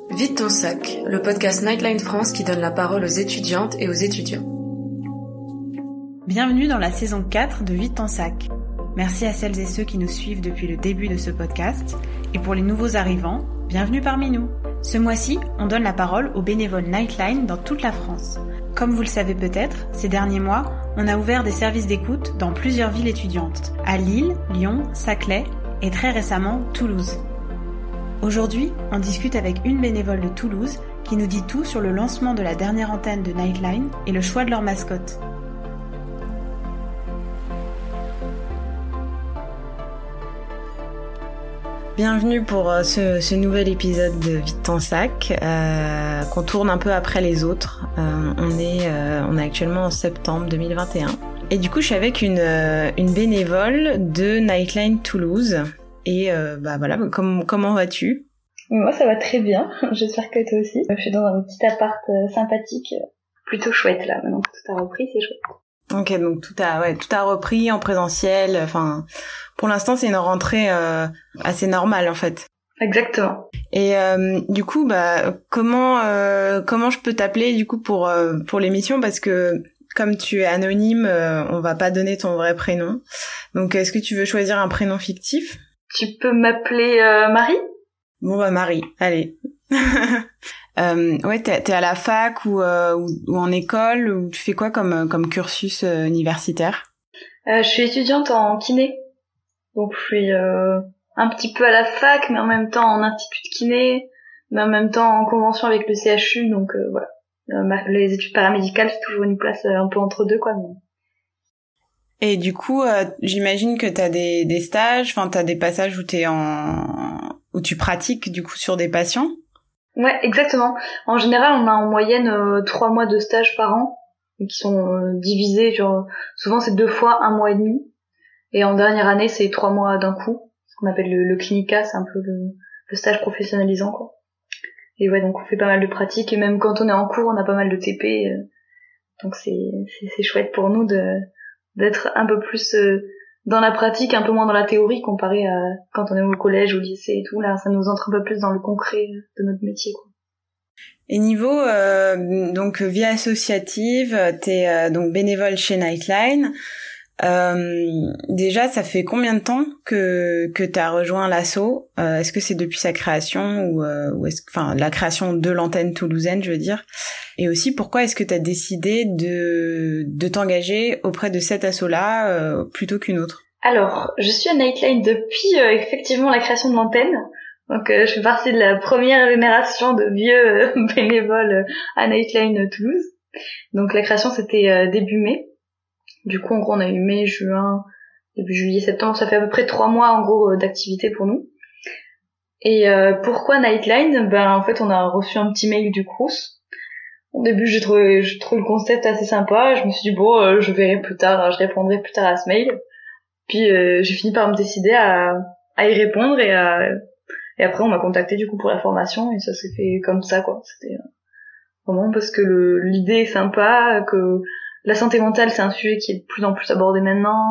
Vide ton sac, le podcast Nightline France qui donne la parole aux étudiantes et aux étudiants. Bienvenue dans la saison 4 de Vide ton sac. Merci à celles et ceux qui nous suivent depuis le début de ce podcast. Et pour les nouveaux arrivants, bienvenue parmi nous. Ce mois-ci, on donne la parole aux bénévoles Nightline dans toute la France. Comme vous le savez peut-être, ces derniers mois, on a ouvert des services d'écoute dans plusieurs villes étudiantes, à Lille, Lyon, Saclay et très récemment Toulouse. Aujourd'hui, on discute avec une bénévole de Toulouse qui nous dit tout sur le lancement de la dernière antenne de Nightline et le choix de leur mascotte. Bienvenue pour ce nouvel épisode de Vide ton sac, qu'on tourne un peu après les autres. On est actuellement en septembre 2021. Et du coup, je suis avec une bénévole de Nightline Toulouse. Et voilà, comment vas-tu ? Moi, ça va très bien. J'espère que toi aussi. Je suis dans un petit appart sympathique, plutôt chouette là. Maintenant que tout a repris, c'est chouette. Ok, donc tout a repris en présentiel. Enfin, pour l'instant, c'est une rentrée assez normale en fait. Exactement. Et du coup, comment je peux t'appeler du coup pour l'émission, parce que comme tu es anonyme, on va pas donner ton vrai prénom. Donc, est-ce que tu veux choisir un prénom fictif ? Tu peux m'appeler Marie ? Bon Marie, allez. Ouais, t'es à la fac ou en école, ou tu fais quoi comme cursus universitaire ? Je suis étudiante en kiné. Donc je suis un petit peu à la fac, mais en même temps en institut de kiné, mais en même temps en convention avec le CHU, donc voilà. Les études paramédicales, c'est toujours une place un peu entre deux, quoi. Mais... Et du coup, j'imagine que t'as des stages, enfin t'as des passages où tu pratiques du coup sur des patients. Ouais, exactement. En général, on a en moyenne 3 mois de stage par an, qui sont divisés sur... Souvent, c'est 2 fois 1 mois et demi. Et en dernière année, c'est 3 mois d'un coup. Ce qu'on appelle le clinica, c'est un peu le stage professionnalisant, quoi. Et ouais, donc on fait pas mal de pratiques. Et même quand on est en cours, on a pas mal de TP. Donc c'est chouette pour nous d'être un peu plus dans la pratique, un peu moins dans la théorie, comparé à quand on est au collège, au lycée et tout. Là, ça nous entre un peu plus dans le concret de notre métier, quoi. Et niveau donc vie associative, t'es donc bénévole chez Nightline. Déjà, ça fait combien de temps que t'as rejoint l'asso ? Est-ce que c'est depuis sa création ou la création de l'antenne toulousaine, je veux dire. Et aussi, pourquoi est-ce que t'as décidé de t'engager auprès de cet asso-là plutôt qu'une autre ? Alors, je suis à Nightline depuis effectivement la création de l'antenne. Donc, je fais partie de la première génération de vieux bénévoles à Nightline Toulouse. Donc, la création, c'était début mai. Du coup, en gros, on a eu mai, juin, début juillet, septembre. Ça fait à peu près 3 mois, en gros, d'activité pour nous. Et pourquoi Nightline ? En fait, on a reçu un petit mail du Crous. Au début, j'ai trouvé le concept assez sympa. Je me suis dit, je verrai plus tard, je répondrai plus tard à ce mail. Puis, j'ai fini par me décider à y répondre et après, on m'a contacté, du coup, pour la formation et ça s'est fait comme ça, quoi. C'était vraiment parce que l'idée est sympa, que la santé mentale, c'est un sujet qui est de plus en plus abordé maintenant,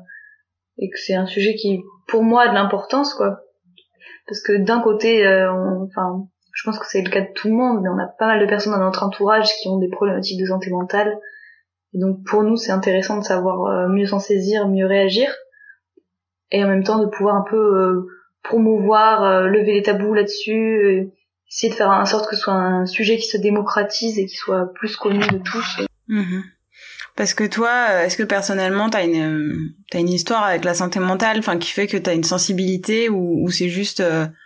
et que c'est un sujet qui, pour moi, a de l'importance, quoi. Parce que d'un côté, je pense que c'est le cas de tout le monde, mais on a pas mal de personnes dans notre entourage qui ont des problématiques de santé mentale. Et donc, pour nous, c'est intéressant de savoir mieux s'en saisir, mieux réagir. Et en même temps, de pouvoir un peu promouvoir, lever les tabous là-dessus, essayer de faire en sorte que ce soit un sujet qui se démocratise et qui soit plus connu de tous. Mmh. Parce que toi, est-ce que personnellement t'as une histoire avec la santé mentale, enfin qui fait que t'as une sensibilité, ou c'est juste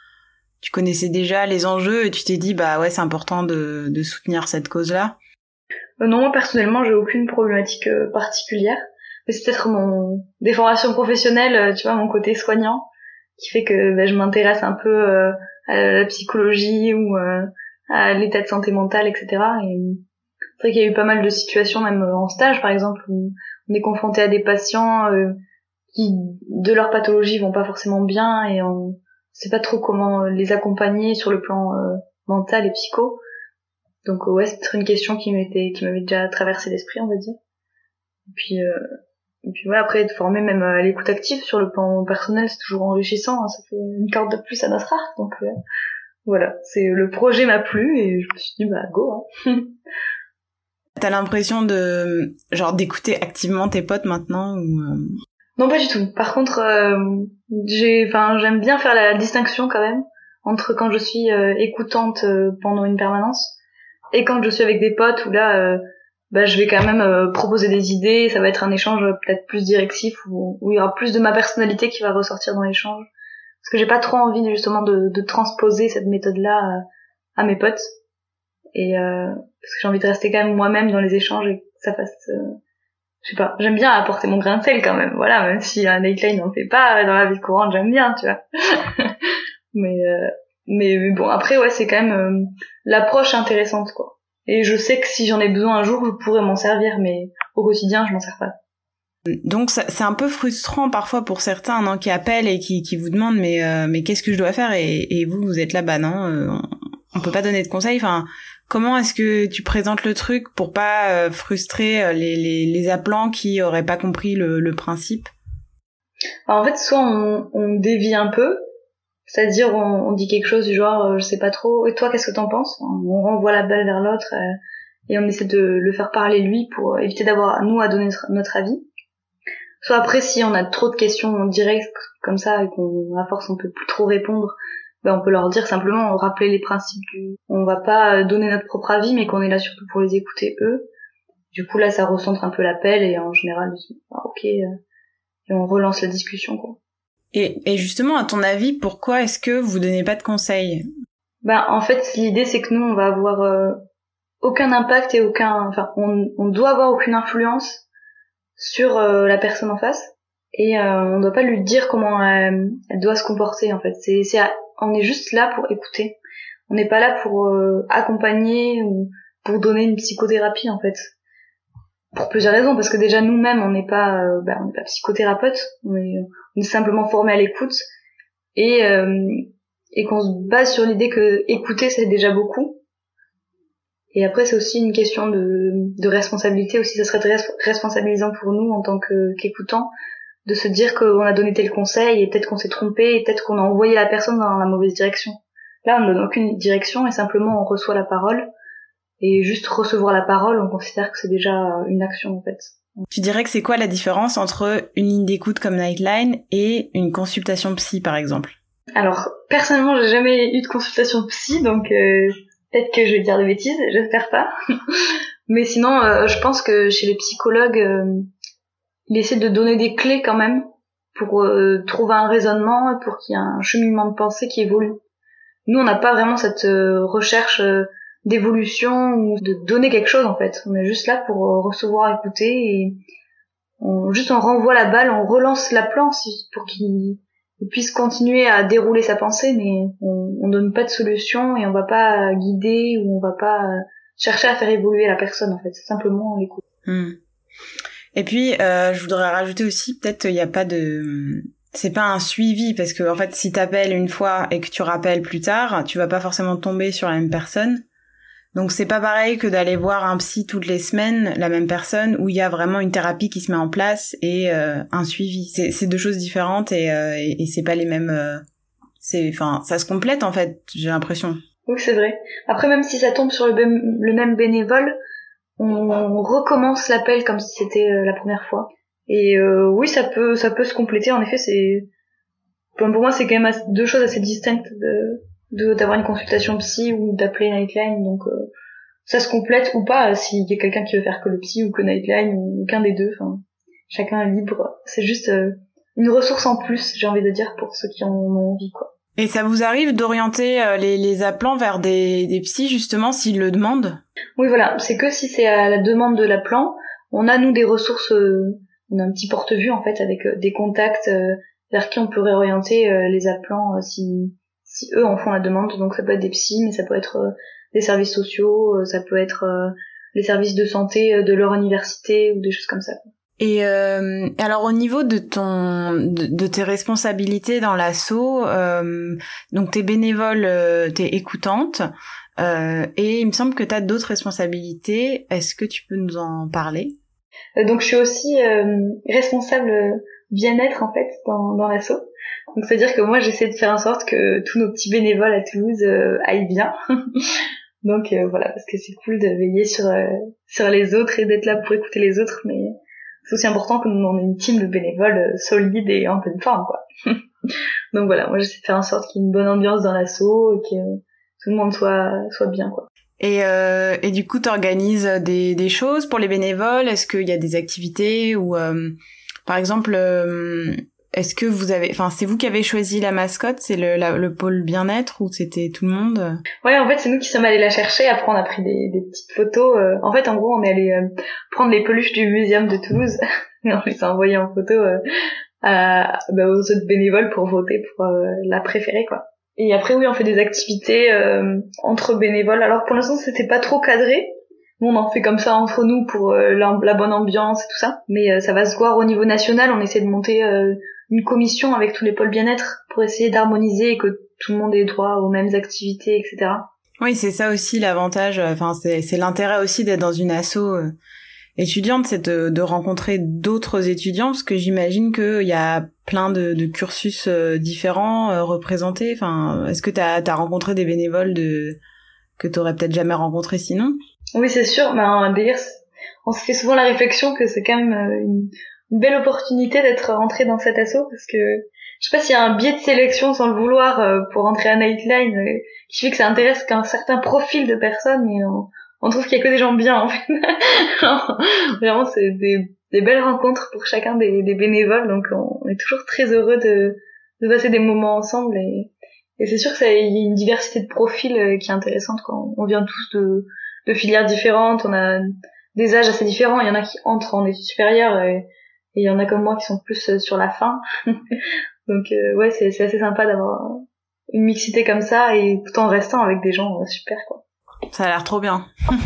tu connaissais déjà les enjeux et tu t'es dit ouais, c'est important de soutenir cette cause-là ? Non, moi personnellement, j'ai aucune problématique particulière. Mais c'est peut-être mon déformation professionnelle, tu vois, mon côté soignant, qui fait que je m'intéresse un peu à la psychologie ou à l'état de santé mentale, etc. Et c'est vrai qu'il y a eu pas mal de situations, même en stage par exemple, où on est confronté à des patients qui, de leur pathologie, vont pas forcément bien et on sait pas trop comment les accompagner sur le plan mental et psycho. Donc ouais, c'est peut-être une question qui m'avait déjà traversé l'esprit, on va dire. Et puis ouais, après être formé même à l'écoute active sur le plan personnel, c'est toujours enrichissant, hein, ça fait une corde de plus à notre arc, donc voilà, le projet m'a plu et je me suis dit go. Hein. T'as l'impression d'écouter activement tes potes maintenant ou Non, pas du tout. Par contre, j'aime bien faire la distinction quand même entre quand je suis écoutante pendant une permanence et quand je suis avec des potes où là je vais quand même proposer des idées, ça va être un échange peut-être plus directif où il y aura plus de ma personnalité qui va ressortir dans l'échange. Parce que j'ai pas trop envie justement de transposer cette méthode-là à mes potes. Et parce que j'ai envie de rester quand même moi-même dans les échanges et que ça fasse je sais pas, j'aime bien apporter mon grain de sel quand même, voilà, même si un Nightline n'en fait pas dans la vie courante, j'aime bien, tu vois. mais bon, après ouais, c'est quand même l'approche intéressante, quoi. Et je sais que si j'en ai besoin un jour, je pourrais m'en servir, mais au quotidien, je m'en sers pas. Donc c'est un peu frustrant parfois pour certains, non, qui appellent et qui vous demandent mais qu'est-ce que je dois faire, et vous êtes là, non, on peut pas donner de conseils. Enfin, comment est-ce que tu présentes le truc pour pas frustrer les appelants qui auraient pas compris le principe? Alors, en fait, soit on dévie un peu, c'est-à-dire on dit quelque chose du genre je sais pas trop, et toi qu'est-ce que t'en penses? On renvoie la balle vers l'autre et on essaie de le faire parler lui pour éviter d'avoir nous à donner notre avis. Soit après, si on a trop de questions directes comme ça et qu'on à force on peut plus trop répondre, on peut leur dire simplement, rappeler les principes on va pas donner notre propre avis, mais qu'on est là surtout pour les écouter eux. Du coup là ça recentre un peu l'appel et en général ils disent ok, et on relance la discussion, quoi. Et justement, à ton avis, pourquoi est-ce que vous donnez pas de conseils? En fait l'idée c'est que nous on va avoir aucun impact et on doit avoir aucune influence sur la personne en face, et on doit pas lui dire comment elle doit se comporter, en fait. On est juste là pour écouter. On n'est pas là pour accompagner ou pour donner une psychothérapie, en fait. Pour plusieurs raisons, parce que déjà nous-mêmes on n'est pas psychothérapeute, on est simplement formé à l'écoute et qu'on se base sur l'idée que écouter c'est déjà beaucoup. Et après c'est aussi une question de responsabilité aussi, ça serait très responsabilisant pour nous en tant qu'écoutants de se dire qu'on a donné tel conseil et peut-être qu'on s'est trompé et peut-être qu'on a envoyé la personne dans la mauvaise direction. Là on ne donne aucune direction et simplement on reçoit la parole, et juste recevoir la parole on considère que c'est déjà une action, en fait. Tu dirais que c'est quoi la différence entre une ligne d'écoute comme Nightline et une consultation psy, par exemple? Alors personnellement j'ai jamais eu de consultation psy, donc peut-être que je vais dire des bêtises, j'espère pas. Mais sinon, je pense que chez les psychologues, ils essaient de donner des clés quand même pour trouver un raisonnement et pour qu'il y ait un cheminement de pensée qui évolue. Nous, on n'a pas vraiment cette recherche d'évolution ou de donner quelque chose, en fait. On est juste là pour recevoir, écouter, et on renvoie la balle, on relance la planche pour qu'il puisse continuer à dérouler sa pensée, mais on donne pas de solution et on va pas guider ou on va pas chercher à faire évoluer la personne, en fait. C'est simplement on l'écoute. Et puis je voudrais rajouter aussi, peut-être il y a pas c'est pas un suivi, parce que en fait si t'appelles une fois et que tu rappelles plus tard, tu vas pas forcément tomber sur la même personne. Donc c'est pas pareil que d'aller voir un psy toutes les semaines, la même personne, où il y a vraiment une thérapie qui se met en place et un suivi. C'est deux choses différentes et c'est pas les mêmes. Ça se complète, en fait, j'ai l'impression. Oui, c'est vrai. Après, même si ça tombe sur le même bénévole, on recommence l'appel comme si c'était la première fois. Et oui, ça peut se compléter. En effet, pour moi, c'est quand même deux choses assez distinctes d'avoir une consultation psy ou d'appeler Nightline. Donc ça se complète ou pas, s'il y a quelqu'un qui veut faire que le psy ou que Nightline ou aucun des deux. Enfin, chacun est libre. C'est juste une ressource en plus, j'ai envie de dire, pour ceux qui en ont envie, quoi. Et ça vous arrive d'orienter les appelants vers des psys, justement, s'ils le demandent? Oui, voilà. C'est que si c'est à la demande de l'appelant. On a, nous, des ressources, on a un petit porte-vue, en fait, avec des contacts vers qui on peut réorienter les appelants si eux en font la demande. Donc ça peut être des psys, mais ça peut être des services sociaux, ça peut être les services de santé de leur université ou des choses comme ça. Et alors au niveau de tes responsabilités dans l'asso, donc t'es bénévole, t'es écoutante, et il me semble que t'as d'autres responsabilités. Est-ce que tu peux nous en parler? Donc je suis aussi responsable bien-être, en fait, dans l'asso. Donc c'est-à-dire que moi j'essaie de faire en sorte que tous nos petits bénévoles à Toulouse aillent bien. Donc voilà, parce que c'est cool de veiller sur les autres et d'être là pour écouter les autres, mais c'est aussi important qu'on ait une team de bénévoles solide et en pleine forme, quoi. Donc voilà, moi j'essaie de faire en sorte qu'il y ait une bonne ambiance dans l'asso et que tout le monde soit bien, quoi. Et du coup, t'organises des choses pour les bénévoles? Est-ce qu'il y a des activités ou par exemple, est-ce que c'est vous qui avez choisi la mascotte? C'est le pôle bien-être ou c'était tout le monde? Ouais, en fait, c'est nous qui sommes allés la chercher. Après, on a pris des petites photos. En fait, en gros, on est allé prendre les peluches du muséum de Toulouse. Et on les a envoyées en photo aux autres bénévoles pour voter pour la préférée, quoi. Et après, oui, on fait des activités entre bénévoles. Alors, pour l'instant, c'était pas trop cadré. Nous, on en fait comme ça entre nous pour la bonne ambiance et tout ça. Mais ça va se voir au niveau national. On essaie de monter une commission avec tous les pôles bien-être pour essayer d'harmoniser et que tout le monde ait droit aux mêmes activités, etc. Oui, c'est ça aussi l'avantage. Enfin, c'est l'intérêt aussi d'être dans une asso étudiante, c'est de rencontrer d'autres étudiants, parce que j'imagine qu'il y a plein de cursus différents représentés. Enfin, est-ce que t'as rencontré des bénévoles que t'aurais peut-être jamais rencontrés sinon? Oui, c'est sûr. D'ailleurs, on se fait souvent la réflexion que c'est quand même une belle opportunité d'être rentré dans cet asso, parce que je sais pas s'il y a un biais de sélection sans le vouloir pour entrer à Nightline qui fait que ça intéresse qu'un certain profil de personnes, mais on trouve qu'il y a que des gens bien, en fait. Vraiment, c'est des belles rencontres pour chacun des bénévoles, donc on est toujours très heureux de passer des moments ensemble, et c'est sûr qu'il y a une diversité de profils qui est intéressante quand on vient tous de filières différentes, on a des âges assez différents, il y en a qui entrent en études supérieures, et il y en a comme moi qui sont plus sur la fin. Donc ouais, c'est assez sympa d'avoir une mixité comme ça, et tout en restant avec des gens super, quoi. Ça a l'air trop bien.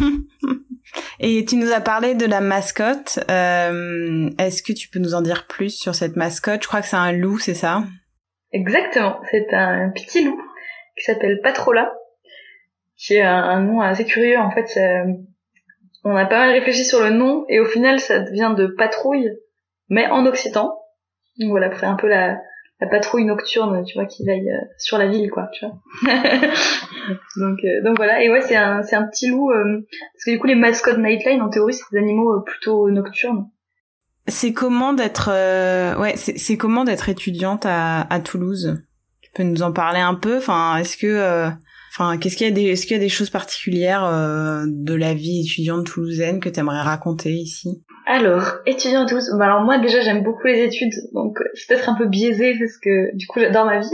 Et tu nous as parlé de la mascotte. Est-ce que tu peux nous en dire plus sur cette mascotte? Je crois que c'est un loup, c'est ça? Exactement. C'est un petit loup qui s'appelle Patrola, qui est un nom assez curieux. En fait, on a pas mal réfléchi sur le nom, et au final, ça vient de patrouille, mais en occitan. Donc voilà, après un peu la patrouille nocturne, tu vois, qui veille sur la ville, quoi, tu vois. donc voilà. Et ouais, c'est un petit loup, parce que du coup, les mascottes Nightline, en théorie, c'est des animaux plutôt nocturnes. C'est comment d'être, c'est comment d'être étudiante à Toulouse? Tu peux nous en parler un peu? Enfin, est-ce qu'il y a des choses particulières de la vie étudiante toulousaine que t'aimerais raconter ici? Alors, étudiant à Toulouse, alors moi déjà j'aime beaucoup les études, donc c'est peut-être un peu biaisé parce que du coup j'adore ma vie.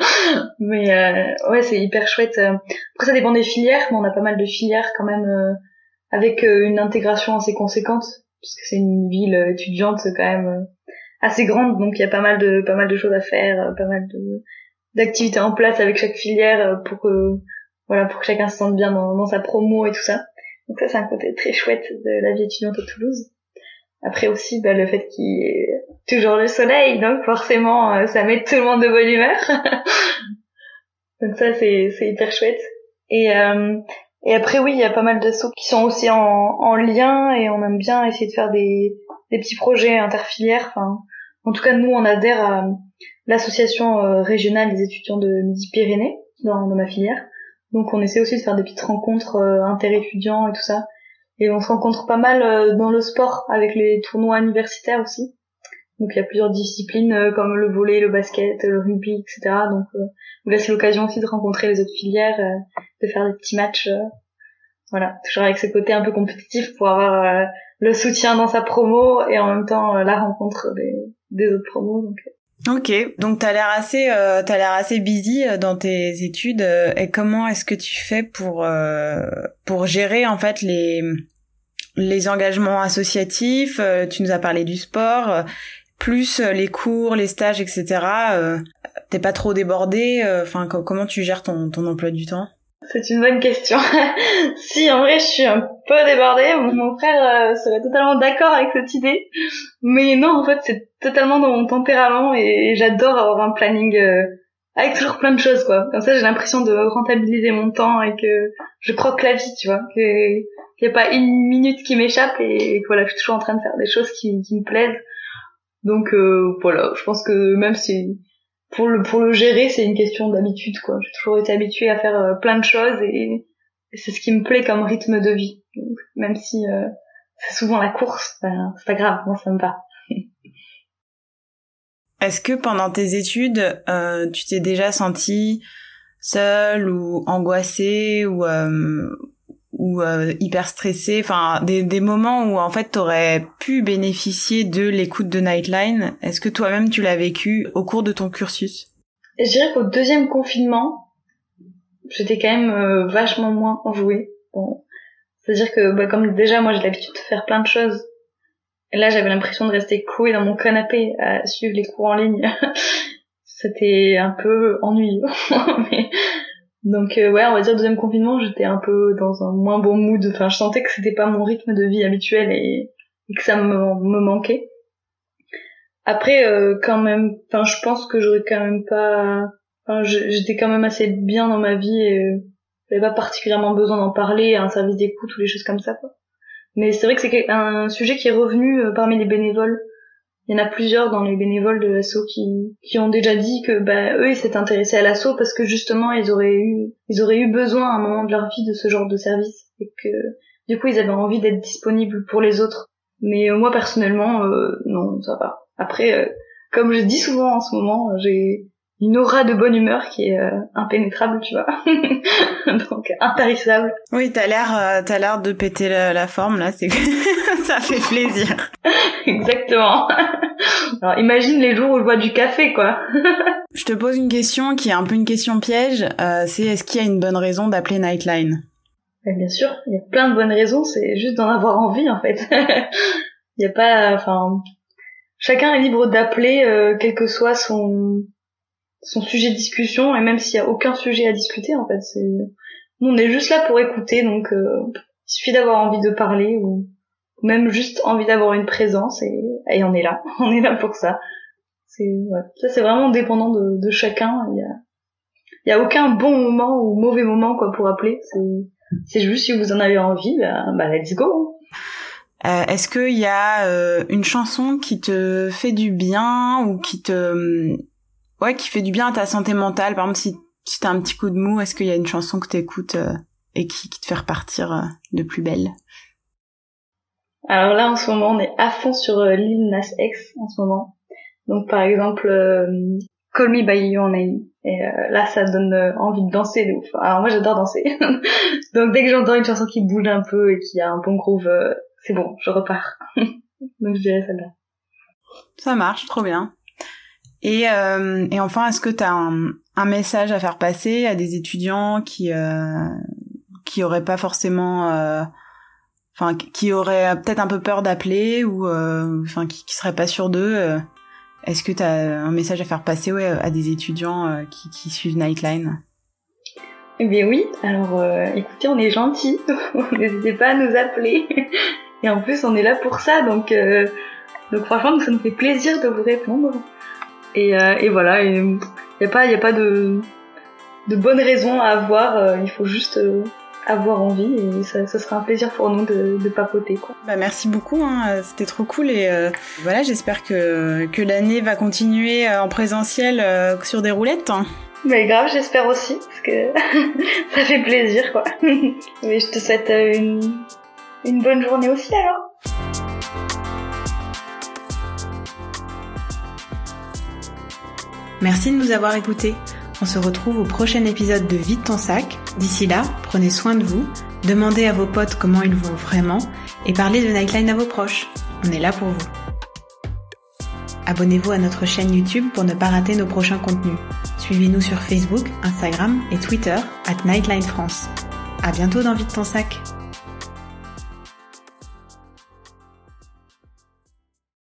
Mais ouais, c'est hyper chouette. Après ça dépend des filières, mais on a pas mal de filières quand même avec une intégration assez conséquente, puisque c'est une ville étudiante quand même assez grande, donc il y a pas mal de choses à faire, pas mal d'activités en place avec chaque filière pour que chacun se sente bien dans sa promo et tout ça. Donc ça c'est un côté très chouette de la vie étudiante à Toulouse. Après aussi le fait qu'il y ait toujours le soleil, donc forcément ça met tout le monde de bonne humeur. Donc ça c'est hyper chouette. Et après oui, il y a pas mal d'assos qui sont aussi en lien, et on aime bien essayer de faire des petits projets interfilières. Enfin, en tout cas nous on adhère à l'association régionale des étudiants de Midi-Pyrénées dans ma filière. Donc on essaie aussi de faire des petites rencontres inter-étudiants et tout ça. Et on se rencontre pas mal dans le sport avec les tournois universitaires aussi. Donc il y a plusieurs disciplines comme le volley, le basket, le rugby, etc. Donc on laisse l'occasion aussi de rencontrer les autres filières, de faire des petits matchs. Voilà, toujours avec ce côté un peu compétitif pour avoir le soutien dans sa promo et en même temps la rencontre des autres promos. Donc. Ok, donc t'as l'air assez busy dans tes études. Et comment est-ce que tu fais pour gérer en fait les engagements associatifs? Tu nous as parlé du sport, plus les cours, les stages, etc. T'es pas trop débordé? Enfin, comment tu gères ton emploi du temps? C'est une bonne question. Si, en vrai, je suis un peu débordée. Mon frère serait totalement d'accord avec cette idée. Mais non, en fait, c'est totalement dans mon tempérament, et j'adore avoir un planning avec toujours plein de choses, quoi. Comme ça, j'ai l'impression de rentabiliser mon temps et que je croque la vie, tu vois. Qu'il n'y a pas une minute qui m'échappe, et que voilà, je suis toujours en train de faire des choses qui me plaisent. Donc voilà, je pense que même si pour le gérer, c'est une question d'habitude, quoi. J'ai toujours été habituée à faire plein de choses et c'est ce qui me plaît comme rythme de vie. Donc, même si c'est souvent la course, ben, c'est pas grave, moi ça me va. Est-ce que pendant tes études, tu t'es déjà sentie seule ou angoissée ou hyper stressée, enfin des moments où en fait t'aurais pu bénéficier de l'écoute de Nightline? Est-ce que toi-même tu l'as vécu au cours de ton cursus? Et je dirais qu'au deuxième confinement, j'étais quand même vachement moins enjouée. Bon, c'est-à-dire que comme déjà moi j'ai l'habitude de faire plein de choses, et là j'avais l'impression de rester clouée dans mon canapé à suivre les cours en ligne. C'était un peu ennuyeux. Mais donc ouais, on va dire deuxième confinement, j'étais un peu dans un moins bon mood. Enfin, je sentais que c'était pas mon rythme de vie habituel et que ça me manquait. Après quand même, enfin je pense que j'aurais quand même pas, enfin j'étais quand même assez bien dans ma vie et j'avais pas particulièrement besoin d'en parler à un service d'écoute ou des choses comme ça, quoi. Mais c'est vrai que c'est un sujet qui est revenu parmi les bénévoles. Il y en a plusieurs dans les bénévoles de l'asso qui ont déjà dit que eux ils s'étaient intéressés à l'asso parce que justement ils auraient eu besoin à un moment de leur vie de ce genre de service et que du coup ils avaient envie d'être disponibles pour les autres. Mais moi personnellement non, ça va. Après comme je dis souvent en ce moment, j'ai une aura de bonne humeur qui est impénétrable, tu vois. Donc intarissable. Oui, t'as l'air de péter la forme là, c'est ça fait plaisir. Exactement. Alors imagine les jours où je bois du café, quoi. Je te pose une question qui est un peu une question piège, c'est est-ce qu'il y a une bonne raison d'appeler Nightline? Bien sûr, il y a plein de bonnes raisons, c'est juste d'en avoir envie en fait. Il y a pas, enfin, chacun est libre d'appeler quel que soit son sujet de discussion, et même s'il y a aucun sujet à discuter en fait, nous on est juste là pour écouter, donc il suffit d'avoir envie de parler ou même juste envie d'avoir une présence et on est là pour ça. Ça c'est vraiment dépendant de chacun. Il y a aucun bon moment ou mauvais moment quoi pour appeler, c'est juste si vous en avez envie, let's go. Est-ce qu'il y a une chanson qui te fait du bien ou qui fait du bien à ta santé mentale? Par exemple, si t'as un petit coup de mou, est-ce qu'il y a une chanson que t'écoutes et qui te fait repartir de plus belle? Alors là, en ce moment, on est à fond sur Lil Nas X, en ce moment. Donc, par exemple, Call Me By Your Name. Et là, ça donne envie de danser de ouf. Alors moi, j'adore danser. Donc, dès que j'entends une chanson qui bouge un peu et qui a un bon groove, c'est bon, je repars. Donc, je dirais celle-là. Ça marche, trop bien. Et enfin, est-ce que t'as un message à faire passer à des étudiants qui auraient pas forcément, qui auraient peut-être un peu peur d'appeler ou qui seraient pas sûrs d'eux? Est-ce que t'as un message à faire passer à des étudiants qui suivent Nightline? Eh bien oui. Alors, écoutez, on est gentils, n'hésitez pas à nous appeler. Et en plus, on est là pour ça, donc franchement, ça nous fait plaisir de vous répondre. Et voilà, il y a pas de bonne raison à avoir, il faut juste avoir envie et ça sera un plaisir pour nous de papoter, quoi. Merci beaucoup, c'était trop cool et voilà, j'espère que l'année va continuer en présentiel sur des roulettes. Mais grave, j'espère aussi parce que ça fait plaisir, quoi. Mais je te souhaite une bonne journée aussi alors. Merci de nous avoir écoutés. On se retrouve au prochain épisode de Vide ton sac. D'ici là, prenez soin de vous, demandez à vos potes comment ils vont vraiment et parlez de Nightline à vos proches. On est là pour vous. Abonnez-vous à notre chaîne YouTube pour ne pas rater nos prochains contenus. Suivez-nous sur Facebook, Instagram et Twitter @NightlineFrance. À bientôt dans Vide ton sac.